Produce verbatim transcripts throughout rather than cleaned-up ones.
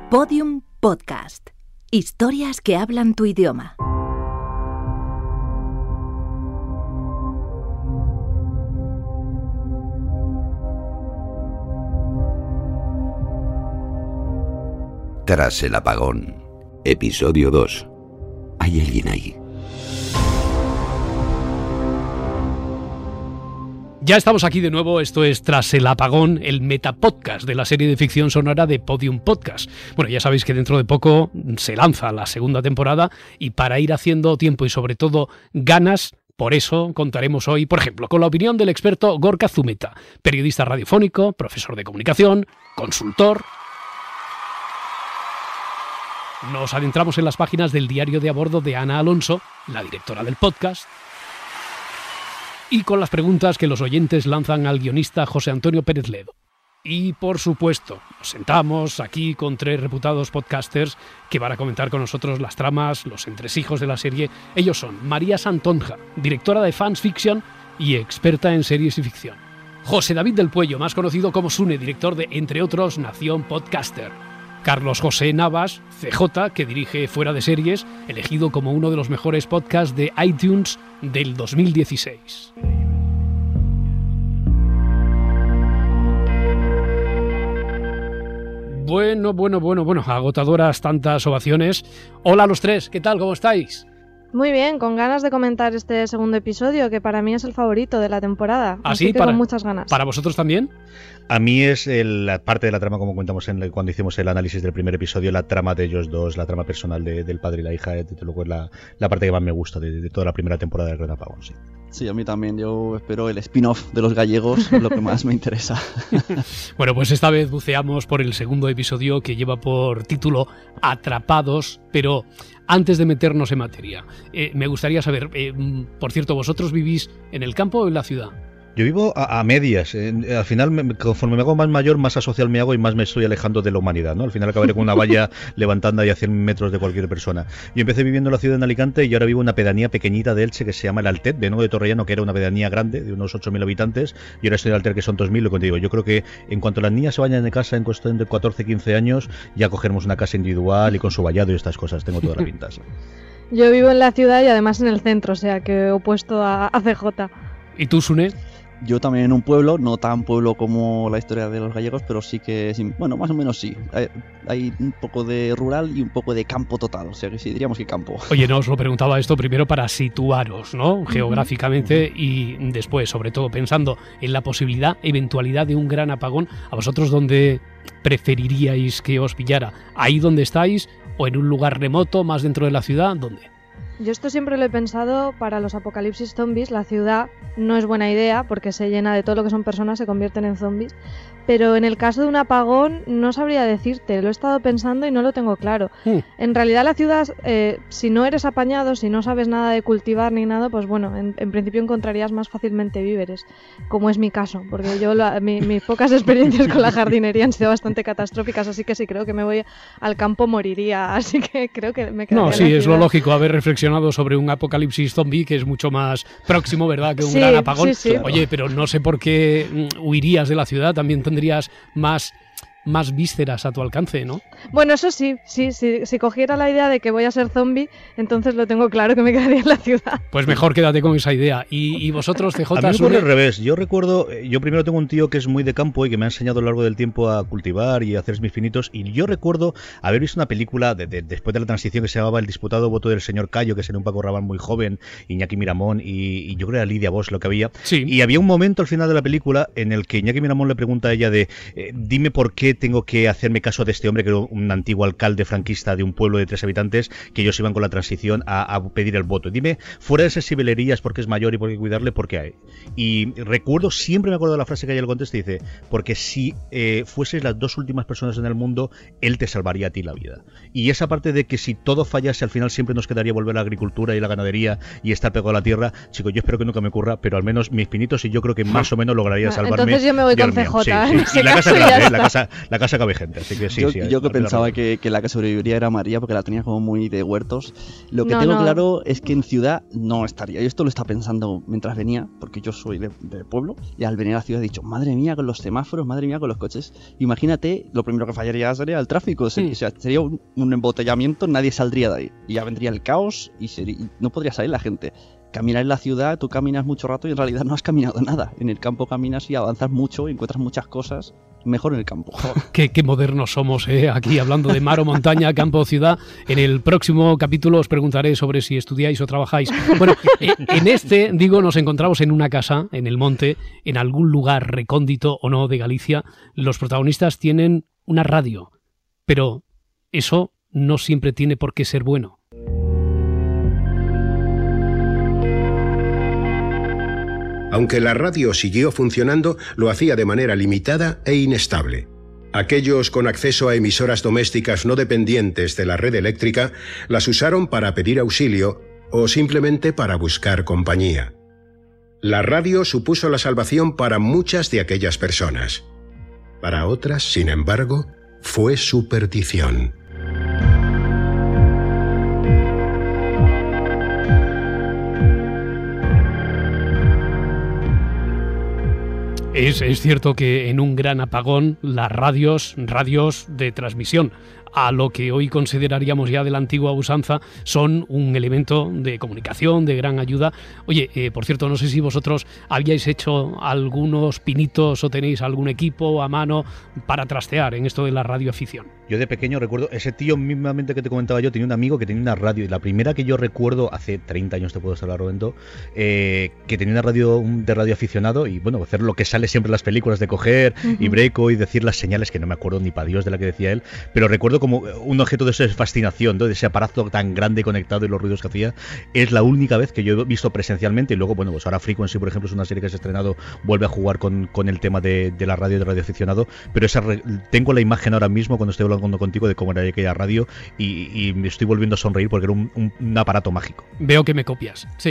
Podium Podcast. Historias que hablan tu idioma. Tras el apagón, episodio dos. ¿Hay alguien ahí? Ya estamos aquí de nuevo, esto es Tras el apagón, el metapodcast de la serie de ficción sonora de Podium Podcast. Bueno, ya sabéis que dentro de poco se lanza la segunda temporada y para ir haciendo tiempo y sobre todo ganas, por eso contaremos hoy, por ejemplo, con la opinión del experto Gorka Zumeta, periodista radiofónico, profesor de comunicación, consultor. Nos adentramos en las páginas del diario de a bordo de Ana Alonso, la directora del podcast, y con las preguntas que los oyentes lanzan al guionista José Antonio Pérez Ledo. Y, por supuesto, nos sentamos aquí con tres reputados podcasters que van a comentar con nosotros las tramas, los entresijos de la serie. Ellos son María Santonja, directora de Fans Fiction y experta en series y ficción. José David del Puello, más conocido como Sune, director de, entre otros, Nación Podcaster. Carlos José Navas, C J, que dirige Fuera de Series, elegido como uno de los mejores podcasts de iTunes del dos mil dieciséis. Bueno, bueno, bueno, bueno, agotadoras tantas ovaciones. Hola a los tres, ¿qué tal? ¿Cómo estáis? Muy bien, con ganas de comentar este segundo episodio, que para mí es el favorito de la temporada. ¿Ah, así sí? que Para, con muchas ganas. ¿Para vosotros también? A mí es el, la parte de la trama, como contamos en el, cuando hicimos el análisis del primer episodio, la trama de ellos dos, la trama personal de, del padre y la hija, desde luego es la, la parte que más me gusta de, de toda la primera temporada de Gran Apagón. Sí. Sí, a mí también. Yo espero el spin-off de los gallegos, lo que más me interesa. Bueno, pues esta vez buceamos por el segundo episodio, que lleva por título Atrapados, pero antes de meternos en materia, eh, me gustaría saber, eh, por cierto, ¿vosotros vivís en el campo o en la ciudad? Yo vivo a, a medias. Eh, al final, me, conforme me hago más mayor, más asocial me hago y más me estoy alejando de la humanidad, ¿no? Al final acabaré con una valla levantando ahí a cien metros de cualquier persona. Yo empecé viviendo en la ciudad en Alicante y ahora vivo en una pedanía pequeñita de Elche que se llama el Altet, de Nuevo de Torrellano, que era una pedanía grande de unos ocho mil habitantes, y ahora estoy en el Altet, que son dos mil. Lo que te digo, yo creo que en cuanto las niñas se vayan de casa en cuestión de catorce quince años, ya cogeremos una casa individual y con su vallado y estas cosas. Tengo toda la pinta. Sí. Yo vivo en la ciudad y además en el centro, o sea que opuesto a, a C J. ¿Y tú, Sune? Yo también en un pueblo, no tan pueblo como la historia de los gallegos, pero sí que, bueno, más o menos sí. Hay, hay un poco de rural y un poco de campo total, o sea que sí, diríamos que campo. Oye, no, os lo preguntaba esto primero para situaros, ¿no? Geográficamente, y después, sobre todo, pensando en la posibilidad, eventualidad de un gran apagón. ¿A vosotros dónde preferiríais que os pillara? ¿Ahí donde estáis o en un lugar remoto, más dentro de la ciudad? ¿Dónde? Yo esto siempre lo he pensado para los apocalipsis zombies. La ciudad no es buena idea porque se llena de todo lo que son personas, se convierten en zombies. Pero en el caso de un apagón no sabría decirte, lo he estado pensando y no lo tengo claro. Mm. En realidad la ciudad, eh, si no eres apañado, si no sabes nada de cultivar ni nada, pues bueno, en, en principio encontrarías más fácilmente víveres, como es mi caso, porque yo lo, mi, mis pocas experiencias con la jardinería han sido bastante catastróficas, así que si creo que me voy al campo moriría, así que creo que me quedaría. No, sí, es lo lógico haber reflexionado sobre un apocalipsis zombie que es mucho más próximo, ¿verdad?, que un sí, gran apagón. Sí, sí. Oye, pero no sé por qué huirías de la ciudad, también tendrías más, más vísceras a tu alcance, ¿no? Bueno, eso sí, sí, sí, si cogiera la idea de que voy a ser zombie, entonces lo tengo claro que me quedaría en la ciudad. Pues mejor quédate con esa idea. ¿Y, y vosotros, C J? A mí me ocurre al revés. Yo recuerdo, yo primero tengo un tío que es muy de campo y que me ha enseñado a lo largo del tiempo a cultivar y a hacer mis finitos, y yo recuerdo haber visto una película de, de, después de la transición que se llamaba El disputado voto del señor Cayo, que sería un Paco Rabanne muy joven, Iñaki Miramón y, y yo creo que era Lidia Bosch lo que había. Sí. Y había un momento al final de la película en el que Iñaki Miramón le pregunta a ella de eh, dime por qué tengo que hacerme caso de este hombre que era un antiguo alcalde franquista de un pueblo de tres habitantes, que ellos iban con la transición a, a pedir el voto. Dime, fuera de esas sibelerías, porque es mayor y por qué cuidarle, ¿por qué hay? Y recuerdo, siempre me acuerdo de la frase que ella le contesta y dice, porque si eh, fueses las dos últimas personas en el mundo, él te salvaría a ti la vida. Y esa parte de que si todo fallase, al final siempre nos quedaría volver a la agricultura y la ganadería y estar pegado a la tierra. Chicos, yo espero que nunca me ocurra, pero al menos mis pinitos y yo creo que más o menos lograría salvarme. Entonces yo me voy con C J. Sí, sí. Y la casa grande, ¿eh? la, casa, la casa cabe gente, así que sí. Yo, sí, yo que la- pensaba la- que, que la que sobreviviría era María, porque la tenía como muy de huertos. Lo que No, tengo no. claro es que en ciudad no estaría. Yo esto lo estaba pensando mientras venía, porque yo soy de, de pueblo, y al venir a la ciudad he dicho, madre mía, con los semáforos, madre mía, con los coches. Imagínate, lo primero que fallaría sería el tráfico. Se- Mm. O sea, sería un, un embotellamiento, nadie saldría de ahí. Y ya vendría el caos y, sería- y no podría salir la gente. Caminar en la ciudad, tú caminas mucho rato y en realidad no has caminado nada. En el campo caminas y avanzas mucho, encuentras muchas cosas. Mejor en el campo. Qué, qué modernos somos, ¿eh? Aquí hablando de mar o montaña, campo o ciudad. En el próximo capítulo os preguntaré sobre si estudiáis o trabajáis. Bueno, eh, en este, digo, nos encontramos en una casa, en el monte, en algún lugar recóndito o no de Galicia. Los protagonistas tienen una radio, pero eso no siempre tiene por qué ser bueno. Aunque la radio siguió funcionando, lo hacía de manera limitada e inestable. Aquellos con acceso a emisoras domésticas no dependientes de la red eléctrica las usaron para pedir auxilio o simplemente para buscar compañía. La radio supuso la salvación para muchas de aquellas personas. Para otras, sin embargo, fue su perdición. Es, es cierto que en un gran apagón las radios, radios de transmisión a lo que hoy consideraríamos ya de la antigua usanza, son un elemento de comunicación, de gran ayuda. Oye, eh, por cierto, no sé si vosotros habíais hecho algunos pinitos o tenéis algún equipo a mano para trastear en esto de la radioafición. Yo de pequeño recuerdo, ese tío mismamente que te comentaba yo, tenía un amigo que tenía una radio, y la primera que yo recuerdo, hace treinta años te puedo estar hablando, eh, que tenía una radio un de radio aficionado, y bueno, hacer lo que sale siempre en las películas de coger uh-huh. y breco y decir las señales, que no me acuerdo ni para Dios de la que decía él, pero recuerdo como un objeto de esa fascinación, ¿no? De ese aparato tan grande conectado y los ruidos que hacía. Es la única vez que yo he visto presencialmente, y luego, bueno, pues ahora Frequency, por ejemplo, es una serie que se ha estrenado, vuelve a jugar con, con el tema de, de la radio, de radio aficionado, pero esa re, tengo la imagen ahora mismo cuando estoy hablando contigo de cómo era aquella radio, y, y me estoy volviendo a sonreír porque era un, un, un aparato mágico. Veo que me copias, sí.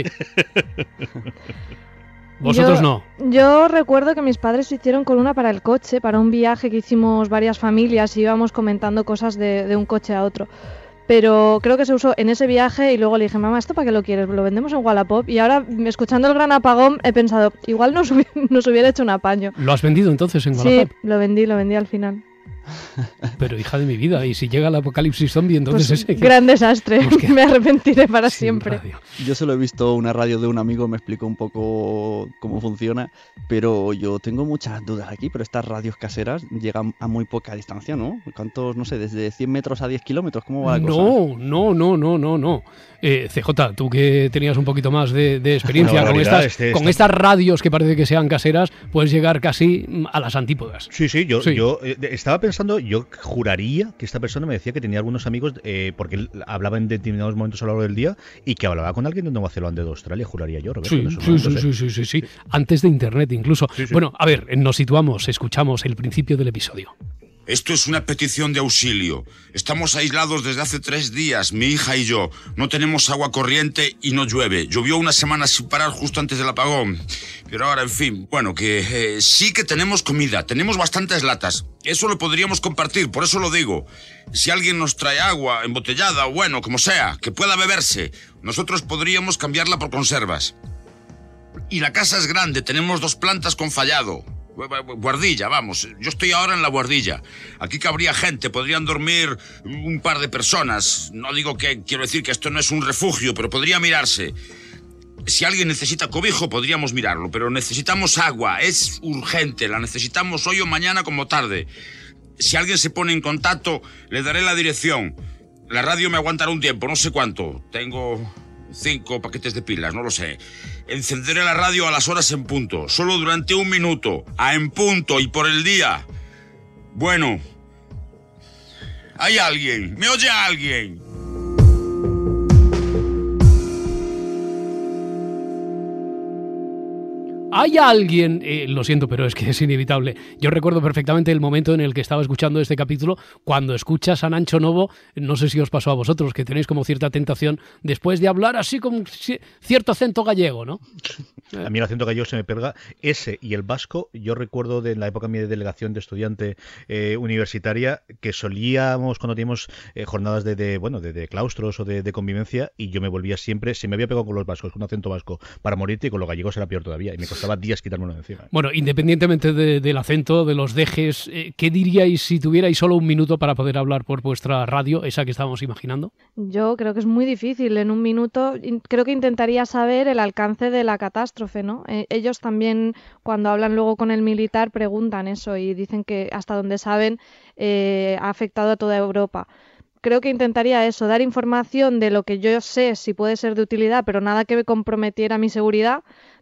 Vosotros yo, no. Yo recuerdo que mis padres hicieron con una para el coche, para un viaje que hicimos varias familias y íbamos comentando cosas de, de un coche a otro. Pero creo que se usó en ese viaje y luego le dije, mamá, ¿esto para qué lo quieres? Lo vendemos en Wallapop. Y ahora, escuchando el gran apagón, he pensado, igual nos, hubi- nos hubiera hecho un apaño. ¿Lo has vendido entonces en Wallapop? Sí, lo vendí, lo vendí al final. Pero hija de mi vida, y si llega el apocalipsis zombie, entonces pues, ese... Gran desastre, pues me arrepentiré para Sin siempre. radio. Yo solo he visto una radio de un amigo, me explicó un poco cómo funciona, pero yo tengo muchas dudas aquí, pero estas radios caseras llegan a muy poca distancia, ¿no? ¿Cuántos, no sé, desde cien metros a diez kilómetros? ¿Cómo va la cosa? No, no, no, no, no, no. Eh, C J, tú que tenías un poquito más de, de experiencia con, estas, este, con estas radios que parece que sean caseras, puedes llegar casi a las antípodas. Sí, sí, yo, Sí. yo eh, estaba pensando, yo juraría que esta persona me decía que tenía algunos amigos, eh, porque él hablaba en determinados momentos a lo largo del día, y que hablaba con alguien de Nueva Zelanda, de Australia, juraría yo, Roberto. Sí, en esos sí, momentos, sí, ¿eh? sí, sí, sí, sí. Antes de Internet incluso. Sí, sí. Bueno, a ver, nos situamos, escuchamos el principio del episodio. Esto es una petición de auxilio. Estamos aislados desde hace tres días, mi hija y yo. No tenemos agua corriente y no llueve. Llovió una semana sin parar justo antes del apagón. Pero ahora, en fin, bueno, que eh, sí que tenemos comida. Tenemos bastantes latas. Eso lo podríamos compartir, por eso lo digo. Si alguien nos trae agua embotellada o bueno, como sea, que pueda beberse, nosotros podríamos cambiarla por conservas. Y la casa es grande, tenemos dos plantas con fallado. Guardilla, vamos, yo estoy ahora en la guardilla. Aquí cabría gente, podrían dormir un par de personas. No digo que, quiero decir que esto no es un refugio, pero podría mirarse. Si alguien necesita cobijo, podríamos mirarlo, pero necesitamos agua, es urgente, la necesitamos hoy o mañana como tarde. Si alguien se pone en contacto, le daré la dirección. La radio me aguantará un tiempo, no sé cuánto. Tengo cinco paquetes de pilas, no lo sé. Encenderé la radio a las horas en punto, solo durante un minuto, a en punto y por el día. Bueno, ¿hay alguien? ¿Me oye alguien? Hay alguien, eh, lo siento, pero es que es inevitable. Yo recuerdo perfectamente el momento en el que estaba escuchando este capítulo, cuando escuchas a Nacho Novo, no sé si os pasó a vosotros, que tenéis como cierta tentación después de hablar así con cierto acento gallego, ¿no? A mí el acento gallego se me pega, ese y el vasco. Yo recuerdo de la época de mi delegación de estudiante eh, universitaria que solíamos, cuando teníamos eh, jornadas de, de bueno de, de claustros o de, de convivencia, y yo me volvía siempre, se me había pegado con los vascos, con un acento vasco, para morirte, y con los gallegos era peor todavía, y me costaba días quitármelo de encima. Bueno, independientemente de, del acento, de los dejes, eh, ¿qué diríais si tuvierais solo un minuto para poder hablar por vuestra radio, esa que estábamos imaginando? Yo creo que es muy difícil. En un minuto creo que intentaría saber el alcance de la catástrofe, ¿no? Eh, ellos también, cuando hablan luego con el militar, preguntan eso y dicen que hasta donde saben eh, ha afectado a toda Europa. Creo que intentaría eso, dar información de lo que yo sé si puede ser de utilidad, pero nada que me comprometiera mi seguridad.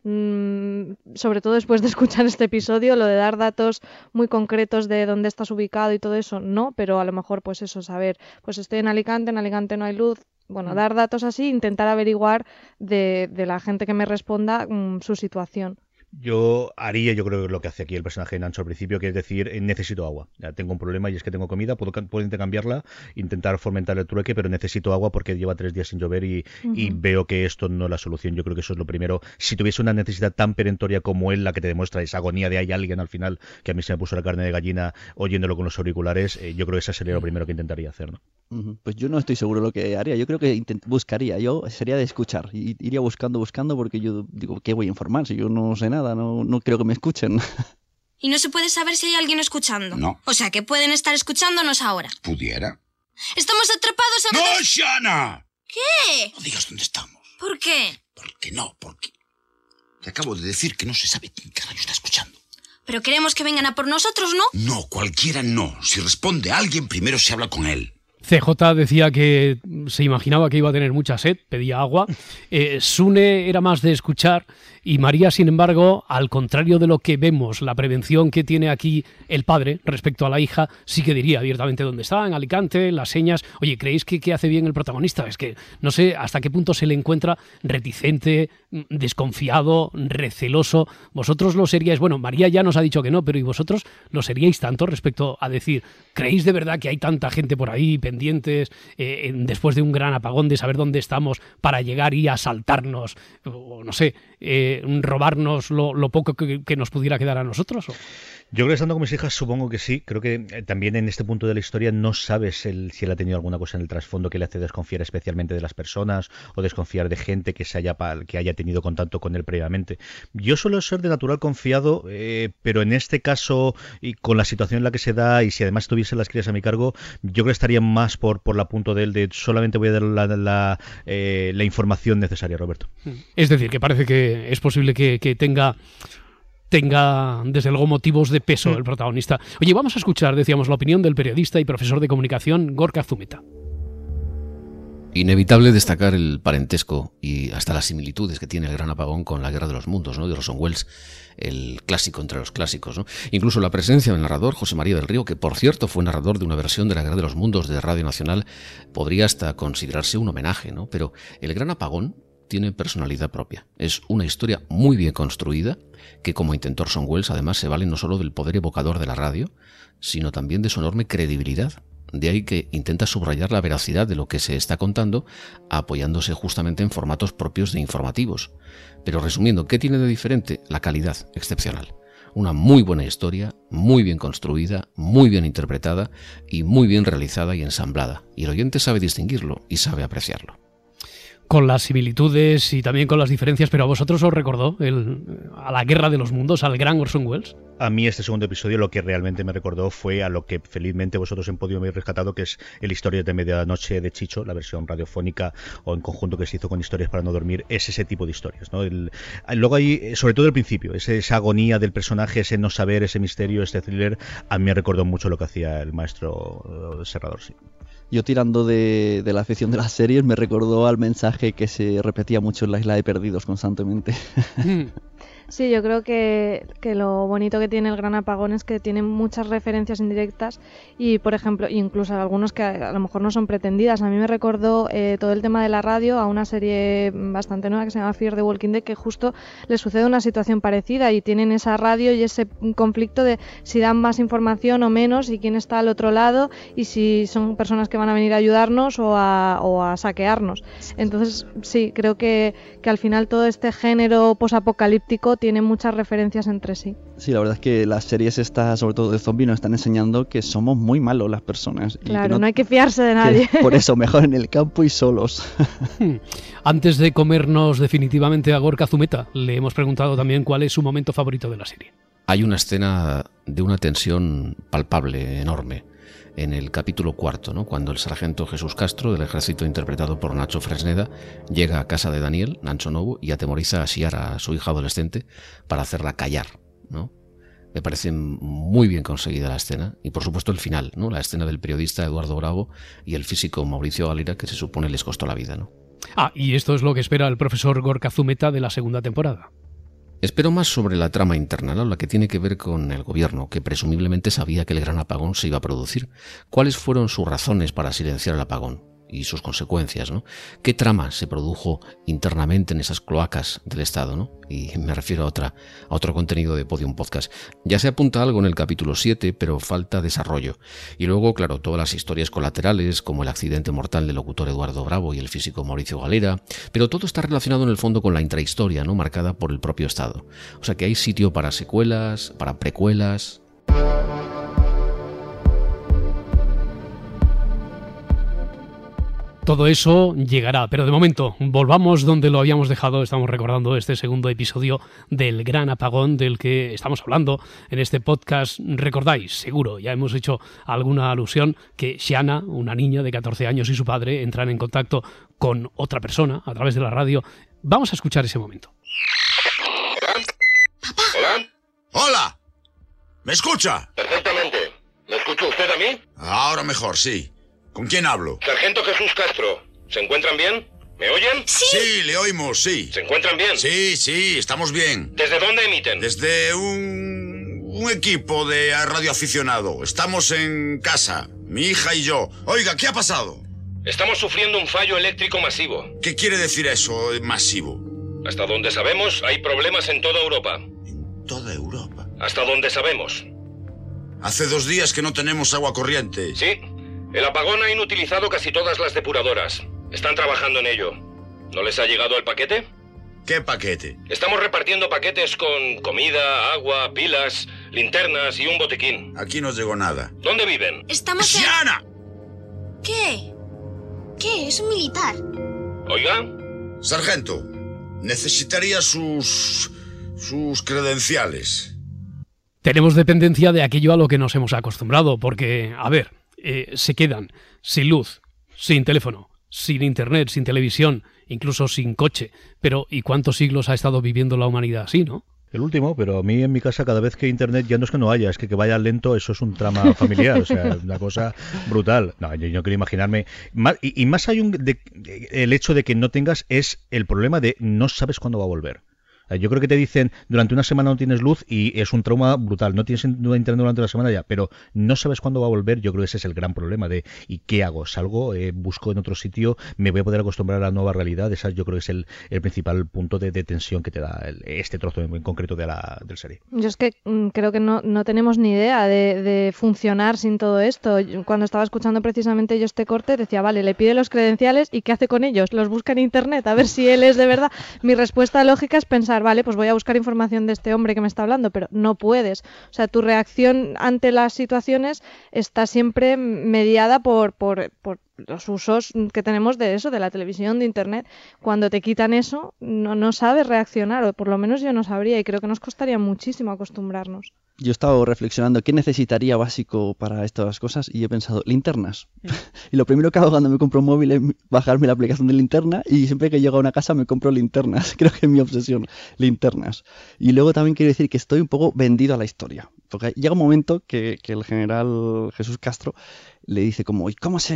Mm, sobre todo después de escuchar este episodio, lo de dar datos muy concretos de dónde estás ubicado y todo eso, no, pero a lo mejor pues eso, saber, pues estoy en Alicante, en Alicante no hay luz. Bueno, mm. dar datos así, intentar averiguar de, de la gente que me responda mm, su situación. Yo haría, yo creo, lo que hace aquí el personaje de Nancho al principio, que es decir, eh, necesito agua. Ya tengo un problema y es que tengo comida, puedo, puedo intercambiarla, intentar fomentar el trueque, pero necesito agua porque lleva tres días sin llover y, uh-huh. y veo que esto no es la solución. Yo creo que eso es lo primero. Si tuviese una necesidad tan perentoria como él, la que te demuestra esa agonía de hay alguien al final, que a mí se me puso la carne de gallina oyéndolo con los auriculares, eh, yo creo que eso sería lo primero que intentaría hacer, ¿no? Uh-huh. Pues yo no estoy seguro de lo que haría. Yo creo que intent- buscaría. Yo sería de escuchar. Y iría buscando, buscando, porque yo digo, ¿qué voy a informar? Si yo no sé nada, no, no creo que me escuchen. ¿Y no se puede saber si hay alguien escuchando? No. O sea, que pueden estar escuchándonos ahora. ¿Pudiera? Estamos atrapados a... ¡No, Shana! ¿Qué? No digas dónde estamos. ¿Por qué? Porque no, porque... Te acabo de decir que no se sabe quién carajo está escuchando. Pero queremos que vengan a por nosotros, ¿no? No, cualquiera no. Si responde a alguien, primero se habla con él. C J decía que se imaginaba que iba a tener mucha sed, pedía agua. Eh, Sune era más de escuchar y María, sin embargo, al contrario de lo que vemos, la prevención que tiene aquí el padre respecto a la hija, sí que diría abiertamente dónde está, en Alicante, las señas. Oye, ¿creéis que, que hace bien el protagonista? Es que no sé hasta qué punto se le encuentra reticente, desconfiado, receloso. Vosotros lo seríais, bueno, María ya nos ha dicho que no, pero ¿y vosotros lo seríais tanto respecto a decir, ¿creéis de verdad que hay tanta gente por ahí pendientes eh, después de un gran apagón de saber dónde estamos para llegar y asaltarnos o no sé, eh, robarnos lo, lo poco que, que nos pudiera quedar a nosotros? ¿O? Yo creo que estando con mis hijas supongo que sí. Creo que eh, también en este punto de la historia no sabes el, si él ha tenido alguna cosa en el trasfondo que le hace desconfiar especialmente de las personas o desconfiar de gente que se haya que haya tenido contacto con él previamente. Yo suelo ser de natural confiado, eh, pero en este caso y con la situación en la que se da y si además tuviese las crías a mi cargo, yo creo que estaría más por, por la punto de él de solamente voy a dar la, la, eh, la información necesaria, Roberto. Es decir, que parece que es posible que, que tenga... tenga, desde luego, motivos de peso el protagonista. Oye, vamos a escuchar, decíamos, la opinión del periodista y profesor de comunicación Gorka Zumeta. Inevitable destacar el parentesco y hasta las similitudes que tiene el Gran Apagón con la Guerra de los Mundos, ¿no?, de Orson Welles, el clásico entre los clásicos, ¿no? Incluso la presencia del narrador, José María del Río, que por cierto fue narrador de una versión de la Guerra de los Mundos de Radio Nacional, podría hasta considerarse un homenaje, ¿no? Pero el Gran Apagón tiene personalidad propia. Es una historia muy bien construida, que como intentó Orson Welles, además se vale no solo del poder evocador de la radio, sino también de su enorme credibilidad. De ahí que intenta subrayar la veracidad de lo que se está contando, apoyándose justamente en formatos propios de informativos. Pero resumiendo, ¿qué tiene de diferente? La calidad excepcional. Una muy buena historia, muy bien construida, muy bien interpretada y muy bien realizada y ensamblada. Y el oyente sabe distinguirlo y sabe apreciarlo. Con las similitudes y también con las diferencias, pero ¿a vosotros os recordó el, a la Guerra de los Mundos, al gran Orson Welles? A mí este segundo episodio lo que realmente me recordó fue a lo que felizmente vosotros en Podio me habéis rescatado, que es el Historias de Medianoche de Chicho, la versión radiofónica o en conjunto que se hizo con Historias para no dormir. Es ese tipo de historias, ¿no? El, luego hay, sobre todo el principio, ese, esa agonía del personaje, ese no saber, ese misterio, ese thriller, a mí me recordó mucho lo que hacía el maestro Serrador, sí. Yo, tirando de, de la afición de las series, me recordó al mensaje que se repetía mucho en la Isla de Perdidos constantemente. Sí, yo creo que, que lo bonito que tiene el Gran Apagón es que tiene muchas referencias indirectas y, por ejemplo, incluso algunos que a, a lo mejor no son pretendidas. A mí me recordó eh, todo el tema de la radio a una serie bastante nueva que se llama Fear the Walking Dead, que justo le sucede una situación parecida y tienen esa radio y ese conflicto de si dan más información o menos y quién está al otro lado y si son personas que van a venir a ayudarnos o a, o a saquearnos. Entonces, sí, creo que, que al final todo este género posapocalíptico tiene muchas referencias entre sí. Sí, la verdad es que las series estas, sobre todo de zombies, nos están enseñando que somos muy malos las personas. Y claro, que no, no hay que fiarse de nadie. Por eso, mejor en el campo y solos. Antes de comernos definitivamente a Gorka Zumeta, le hemos preguntado también cuál es su momento favorito de la serie. Hay una escena de una tensión palpable, enorme, en el capítulo cuarto, ¿no? Cuando el sargento Jesús Castro, del ejército interpretado por Nacho Fresneda, llega a casa de Daniel, Nacho Novo, y atemoriza a Xiara, su hija adolescente, para hacerla callar, ¿no? Me parece muy bien conseguida la escena, y por supuesto el final, ¿no? La escena del periodista Eduardo Bravo y el físico Mauricio Galera, que se supone les costó la vida, ¿no? Ah, y esto es lo que espera el profesor Gorka Zumeta de la segunda temporada. Espero más sobre la trama interna, ¿no? La que tiene que ver con el gobierno, que presumiblemente sabía que el gran apagón se iba a producir. ¿Cuáles fueron sus razones para silenciar el apagón? Y sus consecuencias, ¿no? ¿Qué trama se produjo internamente en esas cloacas del Estado, ¿no? Y me refiero a, otra, a otro contenido de Podium Podcast. Ya se apunta algo en el capítulo siete, pero falta desarrollo. Y luego, claro, todas las historias colaterales, como el accidente mortal del locutor Eduardo Bravo y el físico Mauricio Galera, pero todo está relacionado en el fondo con la intrahistoria, ¿no? Marcada por el propio Estado. O sea que hay sitio para secuelas, para precuelas. Todo eso llegará, pero de momento volvamos donde lo habíamos dejado. Estamos recordando este segundo episodio del Gran Apagón del que estamos hablando en este podcast. Recordáis, seguro, ya hemos hecho alguna alusión, que Xiana, una niña de catorce años, y su padre entran en contacto con otra persona a través de la radio. Vamos a escuchar ese momento. ¿Papá? ¿Hola? ¡Hola! ¿Me escucha? Perfectamente. ¿Me escucha usted a mí? Ahora mejor, sí. ¿Con quién hablo? Sargento Jesús Castro. ¿Se encuentran bien? ¿Me oyen? Sí. Sí, le oímos, sí. ¿Se encuentran bien? Sí, sí, estamos bien. ¿Desde dónde emiten? Desde un... un equipo de radioaficionado. Estamos en casa, mi hija y yo. Oiga, ¿qué ha pasado? Estamos sufriendo un fallo eléctrico masivo. ¿Qué quiere decir eso, masivo? Hasta donde sabemos, hay problemas en toda Europa. ¿En toda Europa? Hasta donde sabemos. Hace dos días que no tenemos agua corriente. Sí. El apagón ha inutilizado casi todas las depuradoras. Están trabajando en ello. ¿No les ha llegado el paquete? ¿Qué paquete? Estamos repartiendo paquetes con comida, agua, pilas, linternas y un botiquín. Aquí no llegó nada. ¿Dónde viven? Estamos en... ¡Xiana! ¿Qué? ¿Qué? Es un militar. ¿Oiga? Sargento, necesitaría sus... sus credenciales. Tenemos dependencia de aquello a lo que nos hemos acostumbrado, porque, a ver... Eh, se quedan sin luz, sin teléfono, sin internet, sin televisión, incluso sin coche. Pero ¿y cuántos siglos ha estado viviendo la humanidad así, no? El último, pero a mí en mi casa cada vez que internet ya no es que no haya, es que que vaya lento, eso es un trama familiar, o sea, una cosa brutal. No, yo no quiero imaginarme. Más, y, y más hay un de, de, el hecho de que no tengas es el problema de no sabes cuándo va a volver. Yo creo que te dicen, durante una semana no tienes luz y es un trauma brutal. No tienes internet durante una semana ya, pero no sabes cuándo va a volver. Yo creo que ese es el gran problema de ¿y qué hago? ¿Salgo? Eh, ¿Busco en otro sitio? ¿Me voy a poder acostumbrar a la nueva realidad? Esa yo creo que es el, el principal punto de, de tensión que te da el, este trozo en, en concreto de la del serie. Yo es que mm, creo que no, no tenemos ni idea de, de funcionar sin todo esto. Cuando estaba escuchando precisamente yo este corte, decía, vale, le pide los credenciales y ¿qué hace con ellos? Los busca en internet a ver si él es de verdad. Mi respuesta lógica es pensar, vale, pues voy a buscar información de este hombre que me está hablando, pero no puedes. O sea, tu reacción ante las situaciones está siempre mediada por, por, por los usos que tenemos de eso, de la televisión, de internet. Cuando te quitan eso, no, no sabes reaccionar, o por lo menos yo no sabría, y creo que nos costaría muchísimo acostumbrarnos. Yo he estado reflexionando qué necesitaría básico para estas cosas y he pensado, linternas. Mm. Y lo primero que hago cuando me compro un móvil es bajarme la aplicación de linterna y siempre que llego a una casa me compro linternas. Creo que es mi obsesión, linternas. Y luego también quiero decir que estoy un poco vendido a la historia. Porque llega un momento que, que el general Jesús Castro le dice como, ¿y cómo sé yo que tú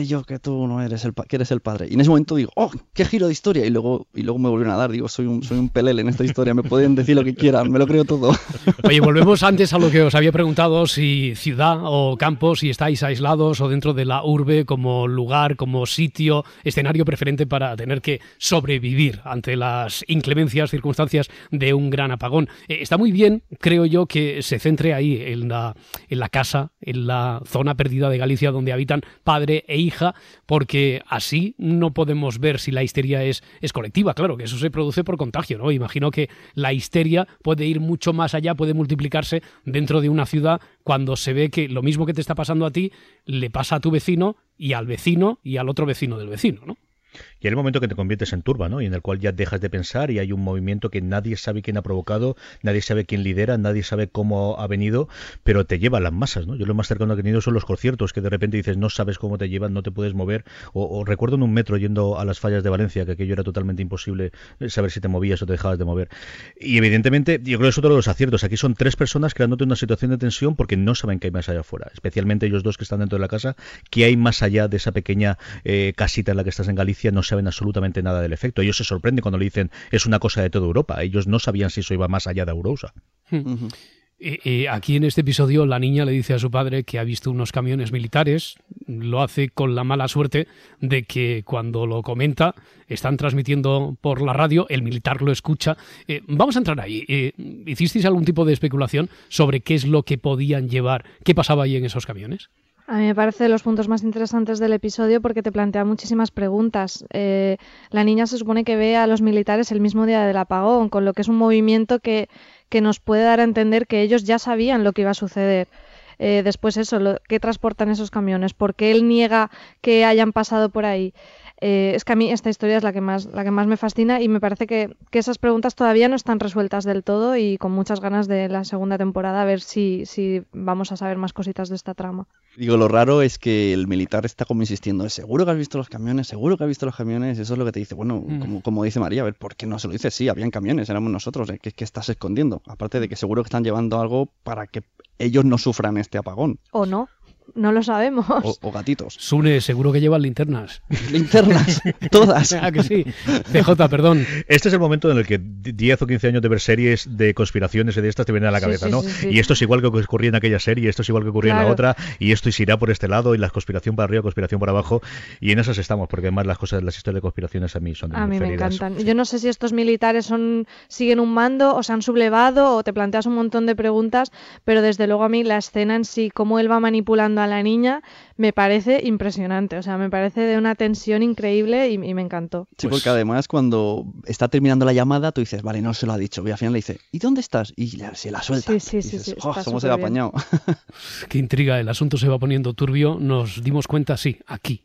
tú no eres el, que eres el padre. Y en ese momento digo, ¡oh, qué giro de historia! Y luego, y luego me volvieron a dar, digo, soy un, soy un pelele en esta historia, me pueden decir lo que quieran, me lo creo todo. Oye, volvemos antes a lo que os había preguntado, si ciudad o campo, si estáis aislados o dentro de la urbe como lugar, como sitio, escenario preferente para tener que sobrevivir ante las inclemencias, circunstancias de un gran apagón. Eh, está muy bien, creo yo, que se centre ahí en la, en la casa, en la zona perdida de Galicia donde habitan padre e hija, porque así no podemos ver si la histeria es, es colectiva. Claro, que eso se produce por contagio, ¿no? Imagino que la histeria puede ir mucho más allá, puede multiplicarse dentro de una ciudad cuando se ve que lo mismo que te está pasando a ti le pasa a tu vecino y al vecino y al otro vecino del vecino, ¿no? Y hay el momento que te conviertes en turba, ¿no? Y en el cual ya dejas de pensar y hay un movimiento que nadie sabe quién ha provocado, nadie sabe quién lidera, nadie sabe cómo ha venido, pero te lleva a las masas, ¿no? Yo lo más cercano que he tenido son los conciertos, que de repente dices, no sabes cómo te llevan, no te puedes mover. O, o recuerdo en un metro yendo a las fallas de Valencia, que aquello era totalmente imposible saber si te movías o te dejabas de mover. Y evidentemente, yo creo que es otro de los aciertos. Aquí son tres personas creándote una situación de tensión porque no saben qué hay más allá afuera. Especialmente ellos dos que están dentro de la casa, que hay más allá de esa pequeña eh, casita en la que estás en Galicia, no saben absolutamente nada del efecto. Ellos se sorprenden cuando le dicen es una cosa de toda Europa. Ellos no sabían si eso iba más allá de Europa. Uh-huh. Eh, eh, aquí en este episodio la niña le dice a su padre que ha visto unos camiones militares. Lo hace con la mala suerte de que cuando lo comenta están transmitiendo por la radio, el militar lo escucha. Eh, vamos a entrar ahí. Eh, ¿Hicisteis algún tipo de especulación sobre qué es lo que podían llevar, qué pasaba ahí en esos camiones? A mí me parece de los puntos más interesantes del episodio porque te plantea muchísimas preguntas. Eh, la niña se supone que ve a los militares el mismo día del apagón, con lo que es un movimiento que, que nos puede dar a entender que ellos ya sabían lo que iba a suceder. Eh, después eso, lo, ¿qué transportan esos camiones? ¿Por qué él niega que hayan pasado por ahí? Eh, es que a mí esta historia es la que más, la que más me fascina y me parece que, que esas preguntas todavía no están resueltas del todo y con muchas ganas de la segunda temporada a ver si, si vamos a saber más cositas de esta trama. Digo, lo raro es que el militar está como insistiendo, ¿seguro que has visto los camiones? ¿Seguro que has visto los camiones? Eso es lo que te dice. Bueno, mm. como, como dice María, a ver, ¿por qué no se lo dices? Sí, habían camiones, éramos nosotros, ¿eh? ¿Qué, qué estás escondiendo? Aparte de que seguro que están llevando algo para que ellos no sufran este apagón. ¿O no? No lo sabemos. O, o gatitos. Sune, seguro que llevan linternas. Linternas, todas. Ah, que sí. C J, perdón. Este es el momento en el que diez o quince años de ver series de conspiraciones y de estas te vienen a la cabeza, sí, sí, ¿no? Sí, sí. Y esto es igual que ocurría en aquella serie, esto es igual que ocurría claro. en la otra, y esto se irá por este lado, y la conspiración para arriba, conspiración para abajo, y en esas estamos, porque además las cosas, las historias de conspiraciones a mí son A mí preferidas. me encantan. Yo no sé si estos militares son siguen un mando, o se han sublevado, o te planteas un montón de preguntas, pero desde luego a mí la escena en sí, cómo él va manipulando a la niña, me parece impresionante, o sea, me parece de una tensión increíble y, y me encantó. Sí, pues... porque además cuando está terminando la llamada, tú dices, vale, no se lo ha dicho, y al final le dice, ¿y dónde estás? Y se la suelta. Sí, sí, sí. Dices, sí oh, ¿cómo se le ha apañado? Qué intriga, el asunto se va poniendo turbio, nos dimos cuenta, sí, aquí.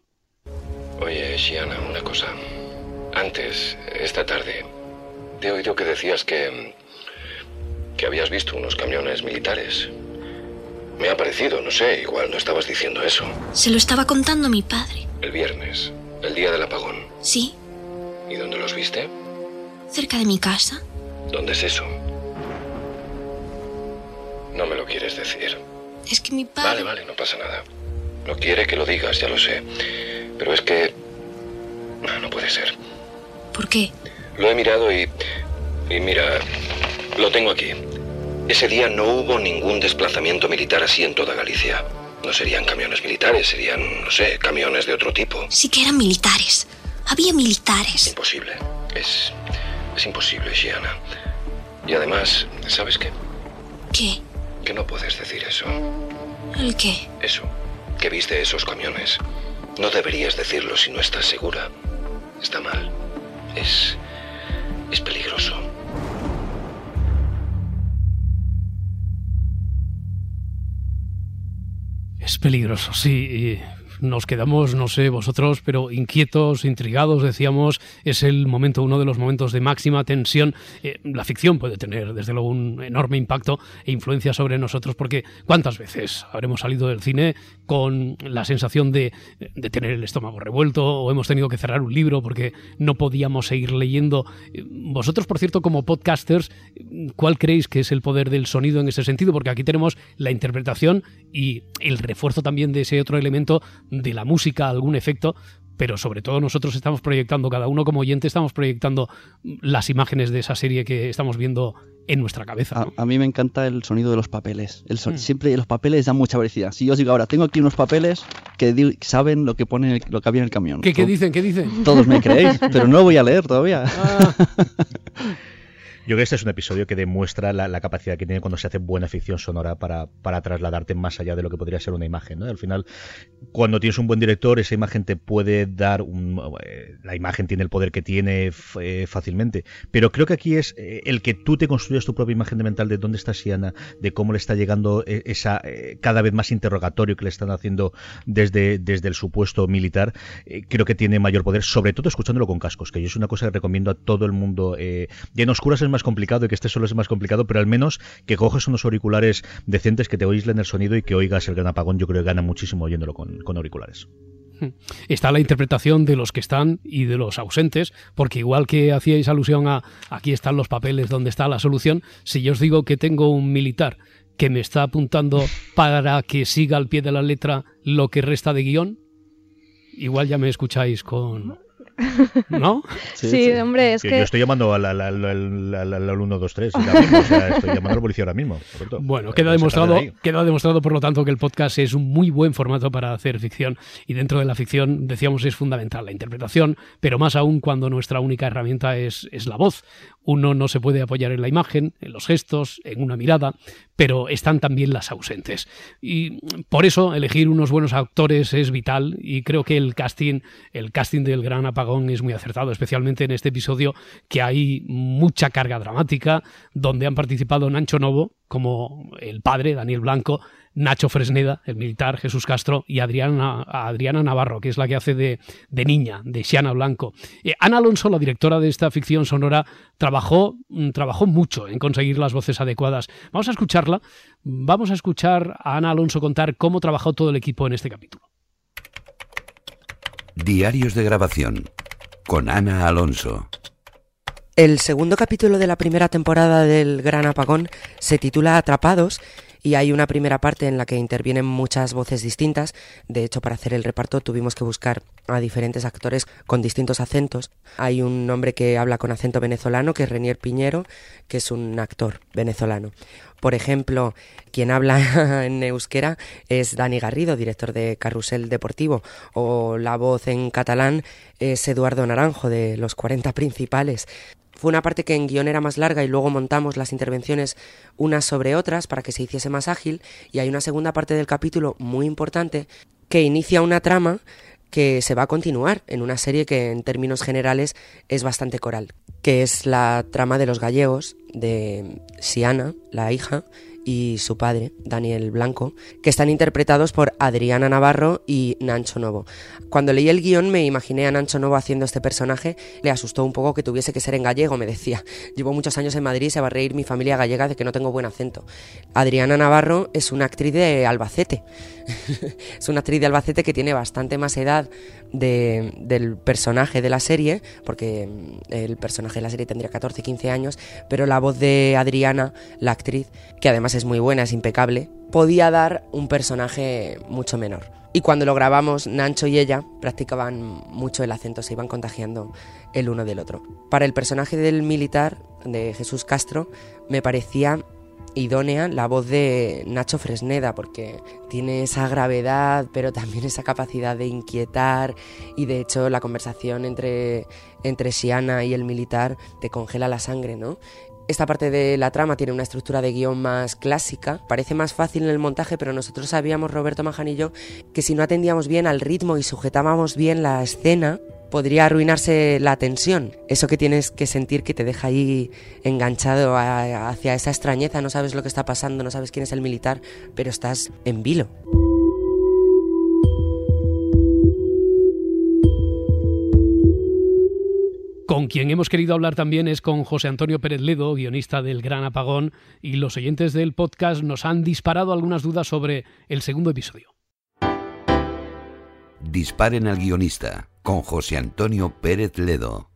Oye, Xiana, una cosa. Antes, esta tarde, te he oído que decías que... que habías visto unos camiones militares. Me ha parecido, no sé, igual no estabas diciendo eso. Se lo estaba contando mi padre. El viernes, el día del apagón. Sí. ¿Y dónde los viste? Cerca de mi casa. ¿Dónde es eso? No me lo quieres decir. Es que mi padre... Vale, vale, no pasa nada. No quiere que lo digas, ya lo sé. Pero es que... No, no puede ser. ¿Por qué? Lo he mirado y... Y mira, lo tengo aquí. Ese día no hubo ningún desplazamiento militar así en toda Galicia. No serían camiones militares, serían, no sé, camiones de otro tipo. Sí que eran militares. Había militares. Imposible. Es... es imposible, Xiana. Y además, ¿sabes qué? ¿Qué? Que no puedes decir eso. ¿El qué? Eso, que viste esos camiones. No deberías decirlo si no estás segura. Está mal. Es... es peligroso. Es peligroso, sí. Nos quedamos, no sé vosotros, pero inquietos, intrigados, decíamos, es el momento, uno de los momentos de máxima tensión. Eh, la ficción puede tener, desde luego, un enorme impacto e influencia sobre nosotros, porque ¿cuántas veces habremos salido del cine con la sensación de, de tener el estómago revuelto o hemos tenido que cerrar un libro porque no podíamos seguir leyendo? Vosotros, por cierto, como podcasters, ¿cuál creéis que es el poder del sonido en ese sentido? Porque aquí tenemos la interpretación y el refuerzo también de ese otro elemento de la música algún efecto, pero sobre todo nosotros estamos proyectando, cada uno como oyente estamos proyectando las imágenes de esa serie que estamos viendo en nuestra cabeza, ¿no? A, a mí me encanta el sonido de los papeles. El son, mm. Siempre los papeles dan mucha felicidad. Si yo os digo ahora, tengo aquí unos papeles que di, saben lo que pone el, lo que había en el camión. ¿Qué, ¿Qué dicen? ¿Qué dicen? Todos me creéis, pero no lo voy a leer todavía. Ah. Yo creo que este es un episodio que demuestra la, la capacidad que tiene cuando se hace buena ficción sonora para, para trasladarte más allá de lo que podría ser una imagen, ¿no? Al final, cuando tienes un buen director, esa imagen te puede dar un, eh, la imagen tiene el poder que tiene eh, fácilmente, pero creo que aquí es eh, el que tú te construyas tu propia imagen de mental de dónde está Siana, de cómo le está llegando eh, esa eh, cada vez más interrogatorio que le están haciendo desde, desde el supuesto militar, eh, creo que tiene mayor poder, sobre todo escuchándolo con cascos, que yo es una cosa que recomiendo a todo el mundo. Eh, y en oscuras es más complicado y que este solo es más complicado, pero al menos que coges unos auriculares decentes que te aíslen el sonido y que oigas el gran apagón. Yo creo que gana muchísimo oyéndolo con, con auriculares. Está la interpretación de los que están y de los ausentes, porque igual que hacíais alusión a aquí están los papeles donde está la solución, si yo os digo que tengo un militar que me está apuntando para que siga al pie de la letra lo que resta de guión, igual ya me escucháis con... ¿No? Sí, sí, hombre, es yo, que... Yo estoy llamando al, al, al, al, al, al uno dos tres, ahora mismo, o sea, estoy llamando a la policía ahora mismo. Bueno, queda demostrado, queda demostrado, por lo tanto, que el podcast es un muy buen formato para hacer ficción, y dentro de la ficción, decíamos, es fundamental la interpretación, pero más aún cuando nuestra única herramienta es, es la voz. Uno no se puede apoyar en la imagen, en los gestos, en una mirada, pero están también las ausentes. Y por eso elegir unos buenos actores es vital, y creo que el casting, el casting del Gran Apagón es muy acertado, especialmente en este episodio que hay mucha carga dramática, donde han participado Nacho Novo como el padre, Daniel Blanco, Nacho Fresneda, el militar, Jesús Castro, y Adriana, Adriana Navarro, que es la que hace de, de niña, de Xiana Blanco. Eh, Ana Alonso, la directora de esta ficción sonora, trabajó, trabajó mucho en conseguir las voces adecuadas. Vamos a escucharla, vamos a escuchar a Ana Alonso contar cómo trabajó todo el equipo en este capítulo. Diarios de grabación, con Ana Alonso. El segundo capítulo de la primera temporada del Gran Apagón se titula Atrapados, y hay una primera parte en la que intervienen muchas voces distintas. De hecho, para hacer el reparto tuvimos que buscar a diferentes actores con distintos acentos. Hay un hombre que habla con acento venezolano, que es Renier Piñero, que es un actor venezolano. Por ejemplo, quien habla en euskera es Dani Garrido, director de Carrusel Deportivo, o la voz en catalán es Eduardo Naranjo, de Los cuarenta Principales. Fue una parte que en guión era más larga y luego montamos las intervenciones unas sobre otras para que se hiciese más ágil, y hay una segunda parte del capítulo muy importante que inicia una trama que se va a continuar en una serie que en términos generales es bastante coral, que es la trama de los gallegos, de Siana, la hija, y su padre, Daniel Blanco, que están interpretados por Adriana Navarro y Nacho Novo. Cuando leí el guión me imaginé a Nacho Novo haciendo este personaje. Le asustó un poco que tuviese que ser en gallego, me decía. Llevo muchos años en Madrid y se va a reír mi familia gallega de que no tengo buen acento. Adriana Navarro es una actriz de Albacete. Es una actriz de Albacete que tiene bastante más edad de, del personaje de la serie, porque el personaje de la serie tendría catorce, quince años, pero la voz de Adriana, la actriz, que además es muy buena, es impecable, podía dar un personaje mucho menor. Y cuando lo grabamos, Nacho y ella practicaban mucho el acento, se iban contagiando el uno del otro. Para el personaje del militar, de Jesús Castro, me parecía idónea la voz de Nacho Fresneda, porque tiene esa gravedad, pero también esa capacidad de inquietar, y de hecho la conversación entre, entre Siana y el militar te congela la sangre, ¿no? Esta parte de la trama tiene una estructura de guión más clásica, parece más fácil en el montaje, pero nosotros sabíamos, Roberto Maján y yo, que si no atendíamos bien al ritmo y sujetábamos bien la escena, podría arruinarse la tensión. Eso que tienes que sentir que te deja ahí enganchado a, hacia esa extrañeza, no sabes lo que está pasando, no sabes quién es el militar, pero estás en vilo. Con quien hemos querido hablar también es con José Antonio Pérez Ledo, guionista del Gran Apagón, y los oyentes del podcast nos han disparado algunas dudas sobre el segundo episodio. Disparen al guionista, con José Antonio Pérez Ledo.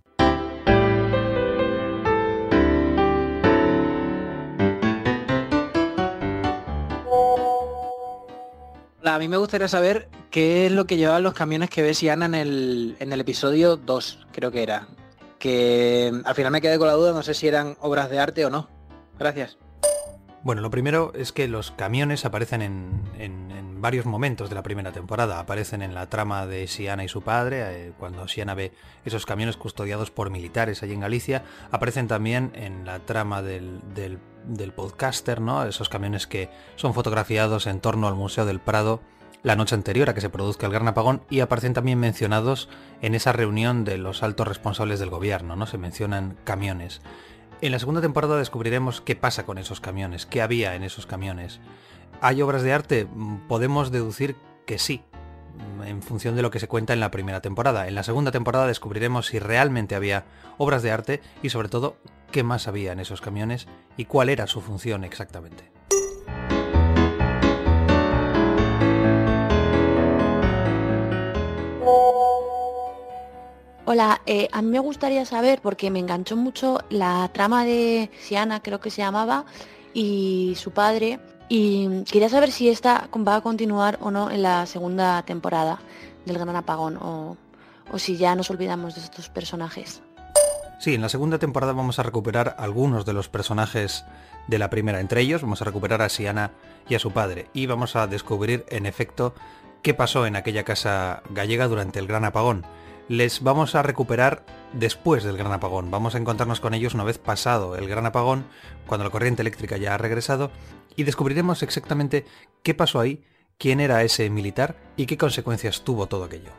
A mí me gustaría saber ¿qué es lo que llevaban los camiones que ves Siana en el, en el episodio dos, creo que era? Que al final me quedé con la duda, no sé si eran obras de arte o no. Gracias. Bueno, lo primero es que los camiones aparecen en, en, en varios momentos de la primera temporada. Aparecen en la trama de Siana y su padre, eh, cuando Siana ve esos camiones custodiados por militares allí en Galicia. Aparecen también en la trama del, del, del podcaster, ¿no? Esos camiones que son fotografiados en torno al Museo del Prado la noche anterior a que se produzca el gran apagón, y aparecen también mencionados en esa reunión de los altos responsables del gobierno, ¿no? Se mencionan camiones. En la segunda temporada descubriremos qué pasa con esos camiones, qué había en esos camiones. ¿Hay obras de arte? Podemos deducir que sí, en función de lo que se cuenta en la primera temporada. En la segunda temporada descubriremos si realmente había obras de arte y, sobre todo, qué más había en esos camiones y cuál era su función exactamente. Hola, eh, a mí me gustaría saber, porque me enganchó mucho la trama de Siana, creo que se llamaba, y su padre, y quería saber si esta va a continuar o no en la segunda temporada del Gran Apagón, o, o si ya nos olvidamos de estos personajes. Sí, en la segunda temporada vamos a recuperar algunos de los personajes de la primera. Entre ellos vamos a recuperar a Siana y a su padre, y vamos a descubrir, en efecto, qué pasó en aquella casa gallega durante el Gran Apagón. Les vamos a recuperar después del Gran Apagón. Vamos a encontrarnos con ellos una vez pasado el Gran Apagón, cuando la corriente eléctrica ya ha regresado, y descubriremos exactamente qué pasó ahí, quién era ese militar y qué consecuencias tuvo todo aquello.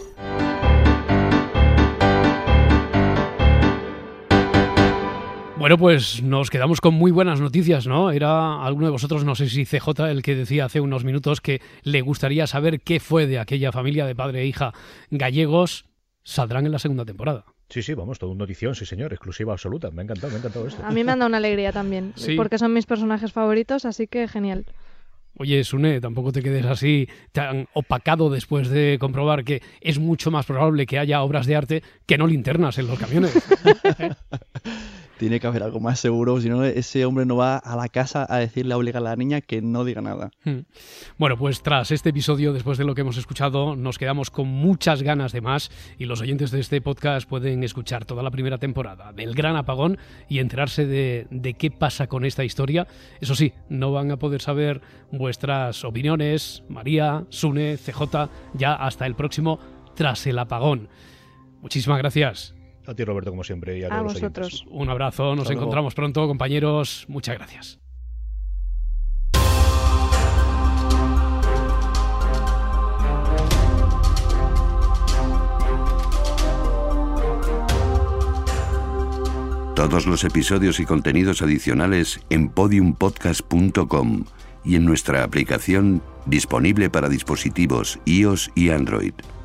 Bueno, pues nos quedamos con muy buenas noticias, ¿no? Era alguno de vosotros, no sé si C J, el que decía hace unos minutos que le gustaría saber qué fue de aquella familia de padre e hija gallegos. Saldrán en la segunda temporada. Sí, sí, vamos, todo un notición, sí señor, exclusiva absoluta. Me ha encantado, me ha encantado esto. A mí me han dado una alegría también, sí, porque son mis personajes favoritos, así que genial. Oye, Sune, tampoco te quedes así tan opacado después de comprobar que es mucho más probable que haya obras de arte que no linternas en los camiones. ¿Eh? Tiene que haber algo más seguro, si no ese hombre no va a la casa a decirle, a obligar a la niña que no diga nada. Hmm. Bueno, pues tras este episodio, después de lo que hemos escuchado, nos quedamos con muchas ganas de más, y los oyentes de este podcast pueden escuchar toda la primera temporada del Gran Apagón y enterarse de, de qué pasa con esta historia. Eso sí, no van a poder saber vuestras opiniones, María, Sune, C J, ya hasta el próximo Tras el Apagón. Muchísimas gracias. A ti, Roberto, como siempre, y a, a todos los vosotros. oyentes. Un abrazo, nos Hasta encontramos luego. pronto, compañeros. Muchas gracias. Todos los episodios y contenidos adicionales en podium podcast punto com y en nuestra aplicación disponible para dispositivos iOS y Android.